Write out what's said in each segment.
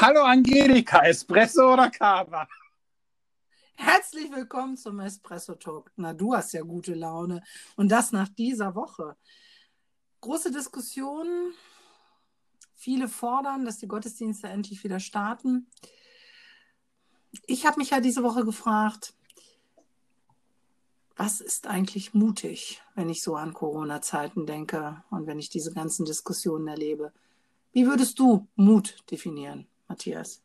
Hallo Angelika, Espresso oder Cava? Herzlich willkommen zum Espresso Talk. Na, du hast ja gute Laune. Und das nach dieser Woche. Große Diskussion. Viele fordern, dass die Gottesdienste endlich wieder starten. Ich habe mich ja diese Woche gefragt, was ist eigentlich mutig, wenn ich so an Corona-Zeiten denke und wenn ich diese ganzen Diskussionen erlebe? Wie würdest du Mut definieren, Matthias?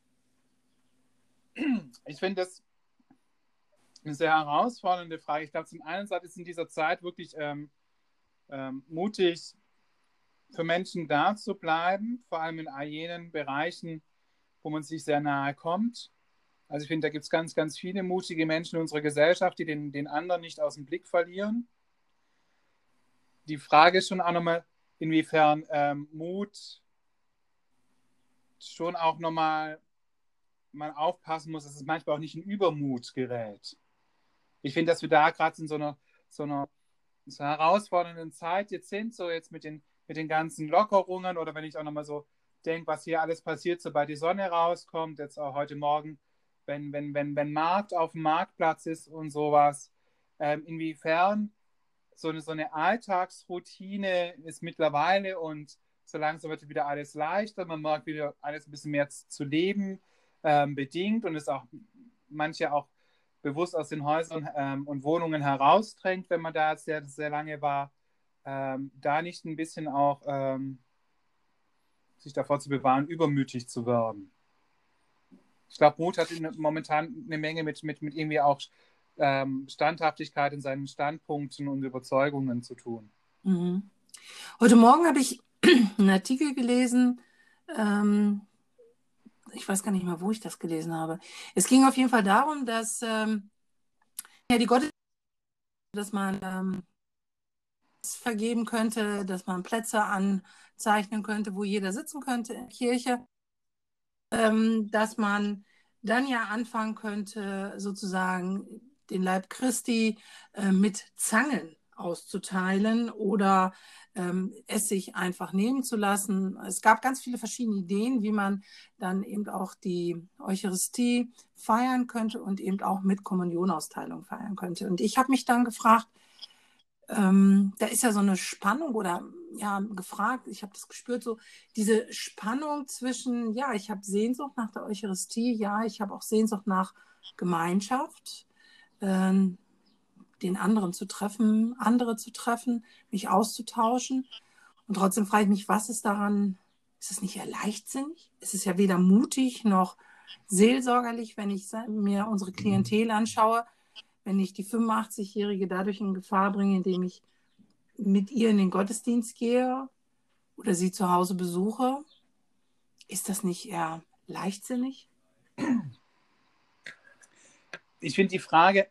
Ich finde das eine sehr herausfordernde Frage. Ich glaube, zum einen Seite ist in dieser Zeit wirklich mutig für Menschen da zu bleiben, vor allem in all jenen Bereichen, wo man sich sehr nahe kommt. Also ich finde, da gibt es ganz, ganz viele mutige Menschen in unserer Gesellschaft, die den anderen nicht aus dem Blick verlieren. Die Frage ist schon auch nochmal, inwiefern Mut schon auch nochmal man aufpassen muss, dass es manchmal auch nicht in Übermut gerät. Ich finde, dass wir da gerade in so einer herausfordernden Zeit jetzt sind, so jetzt mit den ganzen Lockerungen oder wenn ich auch nochmal so denke, was hier alles passiert, sobald die Sonne rauskommt, jetzt auch heute Morgen, wenn Markt auf dem Marktplatz ist und sowas, inwiefern so eine Alltagsroutine ist mittlerweile und so langsam wird wieder alles leichter, man merkt wieder alles ein bisschen mehr zu leben bedingt und ist auch manche auch bewusst aus den Häusern und Wohnungen herausdrängt, wenn man da sehr, sehr lange war, da nicht ein bisschen auch sich davor zu bewahren, übermütig zu werden. Ich glaube, Mut hat momentan eine Menge mit irgendwie auch Standhaftigkeit in seinen Standpunkten und Überzeugungen zu tun. Mhm. Heute Morgen habe ich einen Artikel gelesen, ich weiß gar nicht mehr, wo ich das gelesen habe. Es ging auf jeden Fall darum, dass ja, die Gottesdienste, dass man vergeben könnte, dass man Plätze anzeichnen könnte, wo jeder sitzen könnte in der Kirche, dass man dann ja anfangen könnte, sozusagen den Leib Christi mit Zangen auszuteilen oder es sich einfach nehmen zu lassen. Es gab ganz viele verschiedene Ideen, wie man dann eben auch die Eucharistie feiern könnte und eben auch mit Kommunionausteilung feiern könnte. Und ich habe mich dann gefragt, da ist ja so eine Spannung oder ja, gefragt, ich habe das gespürt, so diese Spannung zwischen, ja, ich habe Sehnsucht nach der Eucharistie, ja, ich habe auch Sehnsucht nach Gemeinschaft, den anderen zu treffen, andere zu treffen, mich auszutauschen. Und trotzdem frage ich mich, was ist daran, ist es nicht eher leichtsinnig? Ist es ja weder mutig noch seelsorgerlich, wenn ich mir unsere Klientel anschaue, wenn ich die 85-Jährige dadurch in Gefahr bringe, indem ich mit ihr in den Gottesdienst gehe oder sie zu Hause besuche? Ist das nicht eher leichtsinnig? Ich finde die Frage,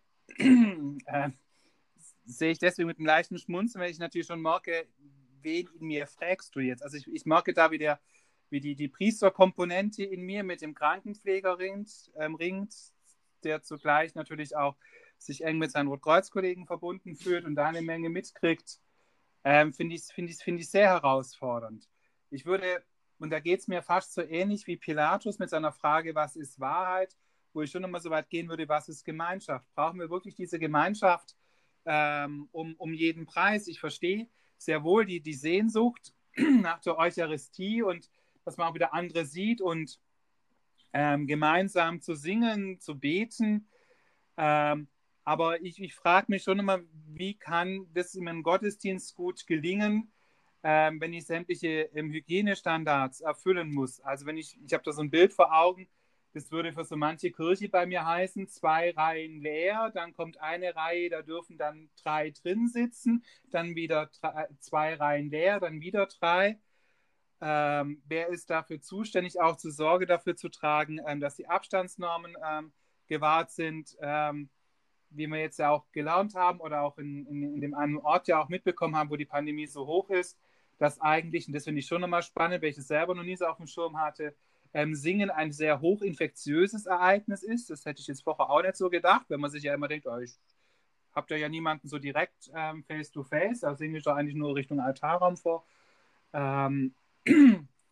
sehe ich deswegen mit einem leichten Schmunzeln, weil ich natürlich schon merke, wen in mir fragst du jetzt? Also ich merke da, wie die Priesterkomponente in mir mit dem Krankenpfleger ringt, der zugleich natürlich auch sich eng mit seinen Rotkreuz-Kollegen verbunden fühlt und da eine Menge mitkriegt, finde ich sehr herausfordernd. Ich würde, und da geht es mir fast so ähnlich wie Pilatus mit seiner Frage, was ist Wahrheit, wo ich schon nochmal so weit gehen würde, was ist Gemeinschaft? Brauchen wir wirklich diese Gemeinschaft um jeden Preis? Ich verstehe sehr wohl die Sehnsucht nach der Eucharistie und dass man auch wieder andere sieht und gemeinsam zu singen, zu beten. Aber ich frage mich schon immer, wie kann das in einem Gottesdienst gut gelingen, wenn ich sämtliche Hygienestandards erfüllen muss. Also ich habe da so ein Bild vor Augen, das würde für so manche Kirche bei mir heißen, 2 Reihen leer, dann kommt eine Reihe, da dürfen dann 3 drin sitzen, dann wieder 2 Reihen leer, dann wieder 3. Wer ist dafür zuständig, auch zur Sorge dafür zu tragen, dass die Abstandsnormen gewahrt sind, wie wir jetzt ja auch gelernt haben oder auch in dem einen Ort ja auch mitbekommen haben, wo die Pandemie so hoch ist, dass eigentlich, und das finde ich schon nochmal spannend, weil ich es selber noch nie so auf dem Schirm hatte, Singen ein sehr hochinfektiöses Ereignis ist. Das hätte ich jetzt vorher auch nicht so gedacht, wenn man sich ja immer denkt, oh, ich habe da ja niemanden so direkt face-to-face, da singe ich doch eigentlich nur Richtung Altarraum vor.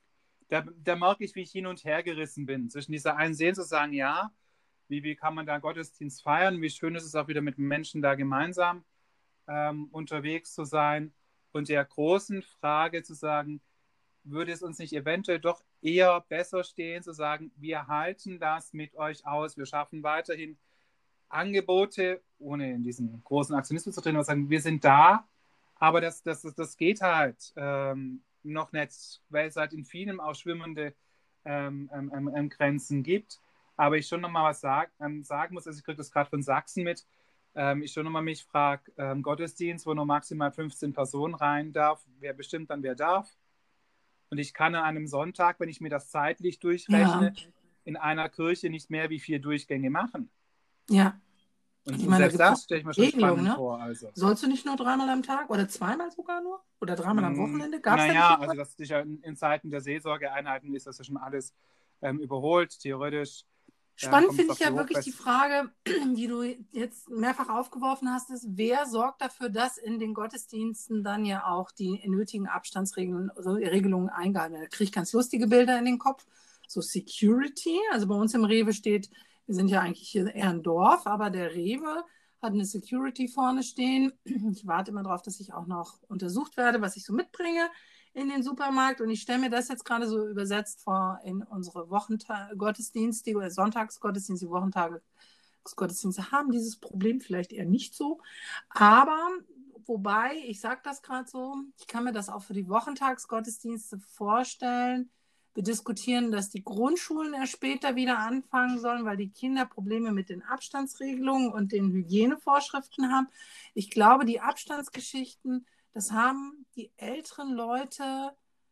da merke ich, wie ich hin und her gerissen bin. Zwischen dieser einen Sehnsucht zu sagen, ja, wie kann man da Gottesdienst feiern? Wie schön ist es auch wieder mit Menschen da gemeinsam unterwegs zu sein. Und der großen Frage zu sagen, würde es uns nicht eventuell doch eher besser stehen, zu sagen, wir halten das mit euch aus, wir schaffen weiterhin Angebote, ohne in diesen großen Aktionismus zu drin, aber sagen, wir sind da, aber das geht halt noch nicht, weil es halt in vielem auch schwimmende Grenzen gibt. Aber ich schon nochmal was sagen muss, also ich kriege das gerade von Sachsen mit, ich schon nochmal mich frage, Gottesdienst, wo nur maximal 15 Personen rein darf, wer bestimmt dann, wer darf? Und ich kann an einem Sonntag, wenn ich mir das zeitlich durchrechne, Ja, in einer Kirche nicht mehr wie 4 Durchgänge machen. ja. Und, Ich und meine, da selbst gibt es das auch stelle ich mir schon Regelungen, spannend ne? vor. Also. Sollst du nicht nur dreimal am Tag oder zweimal sogar nur? Oder dreimal am Wochenende? Gab es da nicht Naja, irgendwas? also das ist ja in Zeiten der Seelsorgeeinheiten ist das ja schon alles überholt. Theoretisch Spannend kommt es finde auf ich die ja wirklich die Hochfest. Frage, die du jetzt mehrfach aufgeworfen hast, ist, wer sorgt dafür, dass in den Gottesdiensten dann ja auch die nötigen Abstandsregelungen eingehalten werden. Da kriege ich ganz lustige Bilder in den Kopf. So Security, also bei uns im Rewe steht, wir sind ja eigentlich hier eher ein Dorf, aber der Rewe hat eine Security vorne stehen. Ich warte immer darauf, dass ich auch noch untersucht werde, was ich so mitbringe in den Supermarkt, und ich stelle mir das jetzt gerade so übersetzt vor in unsere Gottesdienste oder Sonntagsgottesdienste, die Wochentagsgottesdienste haben dieses Problem vielleicht eher nicht so, aber wobei, ich sage das gerade so, ich kann mir das auch für die Wochentagsgottesdienste vorstellen. Wir diskutieren, dass die Grundschulen erst später wieder anfangen sollen, weil die Kinder Probleme mit den Abstandsregelungen und den Hygienevorschriften haben. Ich glaube, die Abstandsgeschichten, das haben die älteren Leute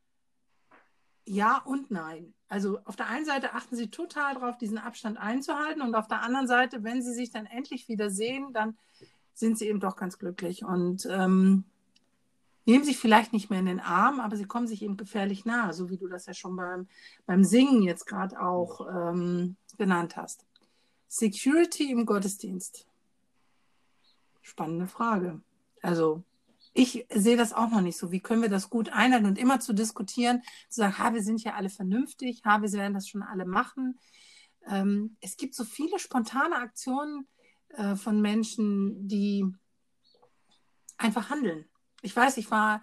ja und nein. Also auf der einen Seite achten sie total darauf, diesen Abstand einzuhalten, und auf der anderen Seite, wenn sie sich dann endlich wieder sehen, dann sind sie eben doch ganz glücklich und nehmen sich vielleicht nicht mehr in den Arm, aber sie kommen sich eben gefährlich nahe, so wie du das ja schon beim Singen jetzt gerade auch genannt hast. Security im Gottesdienst. Spannende Frage. Also ich sehe das auch noch nicht so. Wie können wir das gut einhalten und immer zu diskutieren, zu sagen, ha, wir sind ja alle vernünftig, ha, wir werden das schon alle machen. Es gibt so viele spontane Aktionen von Menschen, die einfach handeln. Ich weiß, ich war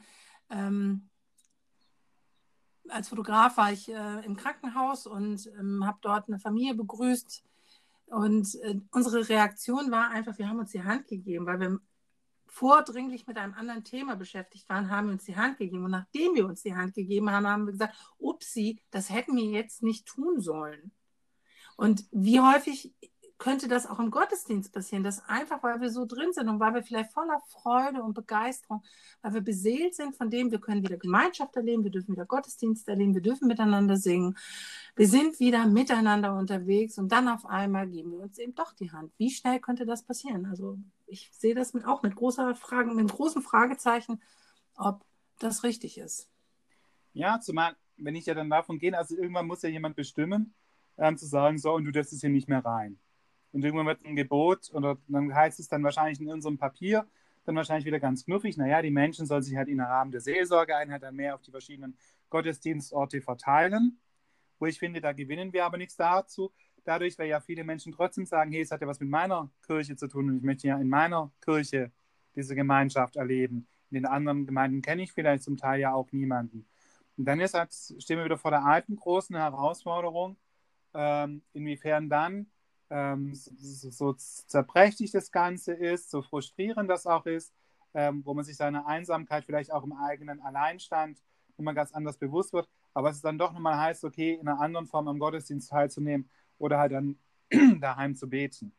als Fotograf war ich im Krankenhaus und habe dort eine Familie begrüßt. Und unsere Reaktion war einfach, wir haben uns die Hand gegeben, weil wir vordringlich mit einem anderen Thema beschäftigt waren, haben wir uns die Hand gegeben. Und nachdem wir uns die Hand gegeben haben, haben wir gesagt, upsi, das hätten wir jetzt nicht tun sollen. Und wie häufig könnte das auch im Gottesdienst passieren, dass einfach, weil wir so drin sind und weil wir vielleicht voller Freude und Begeisterung, weil wir beseelt sind von dem, wir können wieder Gemeinschaft erleben, wir dürfen wieder Gottesdienst erleben, wir dürfen miteinander singen, wir sind wieder miteinander unterwegs, und dann auf einmal geben wir uns eben doch die Hand. Wie schnell könnte das passieren? Also ich sehe das auch mit großen Fragezeichen, ob das richtig ist. Ja, zumal, wenn ich ja dann davon gehe, also irgendwann muss ja jemand bestimmen, zu sagen, so, und du darfst es hier nicht mehr rein. Und irgendwann wird ein Gebot, oder dann heißt es dann wahrscheinlich in unserem Papier, dann wahrscheinlich wieder ganz knuffig, naja, die Menschen sollen sich halt im Rahmen der Seelsorgeeinheit dann mehr auf die verschiedenen Gottesdienstorte verteilen, wo ich finde, da gewinnen wir aber nichts dazu. Dadurch, weil ja viele Menschen trotzdem sagen, hey, es hat ja was mit meiner Kirche zu tun und ich möchte ja in meiner Kirche diese Gemeinschaft erleben. In den anderen Gemeinden kenne ich vielleicht zum Teil ja auch niemanden. Und dann stehen wir wieder vor der alten großen Herausforderung, inwiefern dann so zerbrechlich das Ganze ist, so frustrierend das auch ist, wo man sich seiner Einsamkeit vielleicht auch im eigenen Alleinstand nochmal ganz anders bewusst wird, aber es dann doch nochmal heißt, okay, in einer anderen Form am Gottesdienst teilzunehmen oder halt dann daheim zu beten.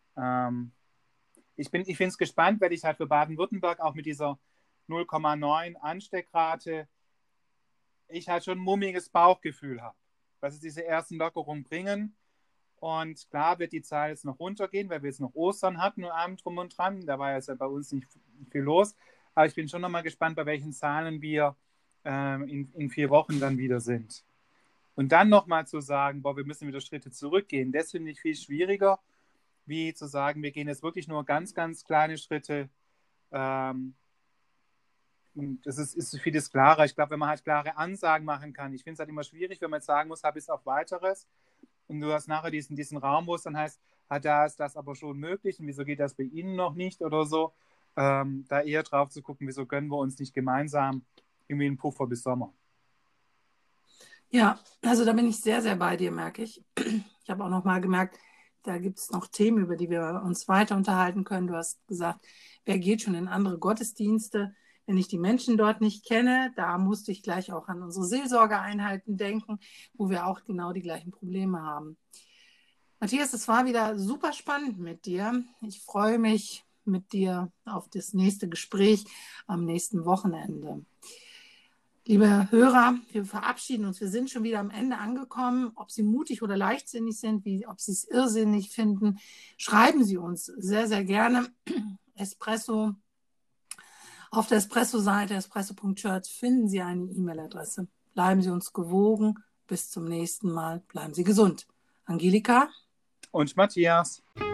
Ich finde es gespannt, weil ich halt für Baden-Württemberg auch mit dieser 0,9 Ansteckrate ich halt schon ein mummiges Bauchgefühl habe, was es diese ersten Lockerungen bringen. Und klar wird die Zahl jetzt noch runtergehen, weil wir jetzt noch Ostern hatten und Abend drum und dran. Da war jetzt ja bei uns nicht viel los. Aber ich bin schon nochmal gespannt, bei welchen Zahlen wir in 4 Wochen dann wieder sind. Und dann nochmal zu sagen, boah, wir müssen wieder Schritte zurückgehen, das finde ich viel schwieriger, wie zu sagen, wir gehen jetzt wirklich nur ganz, ganz kleine Schritte Und das ist vieles klarer. Ich glaube, wenn man halt klare Ansagen machen kann. Ich finde es halt immer schwierig, wenn man jetzt sagen muss, bis auf Weiteres. Und du hast nachher diesen Raum, wo es dann heißt, da ist das aber schon möglich und wieso geht das bei Ihnen noch nicht oder so. Da eher drauf zu gucken, wieso gönnen wir uns nicht gemeinsam irgendwie einen Puffer bis Sommer. Ja, also da bin ich sehr, sehr bei dir, merke ich. Ich habe auch noch mal gemerkt, da gibt es noch Themen, über die wir uns weiter unterhalten können. Du hast gesagt, wer geht schon in andere Gottesdienste, wenn ich die Menschen dort nicht kenne? Da musste ich gleich auch an unsere Seelsorgeeinheiten denken, wo wir auch genau die gleichen Probleme haben. Matthias, es war wieder super spannend mit dir. Ich freue mich mit dir auf das nächste Gespräch am nächsten Wochenende. Liebe Hörer, wir verabschieden uns. Wir sind schon wieder am Ende angekommen. Ob Sie mutig oder leichtsinnig sind, ob Sie es irrsinnig finden, schreiben Sie uns sehr, sehr gerne. Espresso. Auf der Espresso-Seite espresso.church finden Sie eine E-Mail-Adresse. Bleiben Sie uns gewogen. Bis zum nächsten Mal. Bleiben Sie gesund. Angelika und Matthias.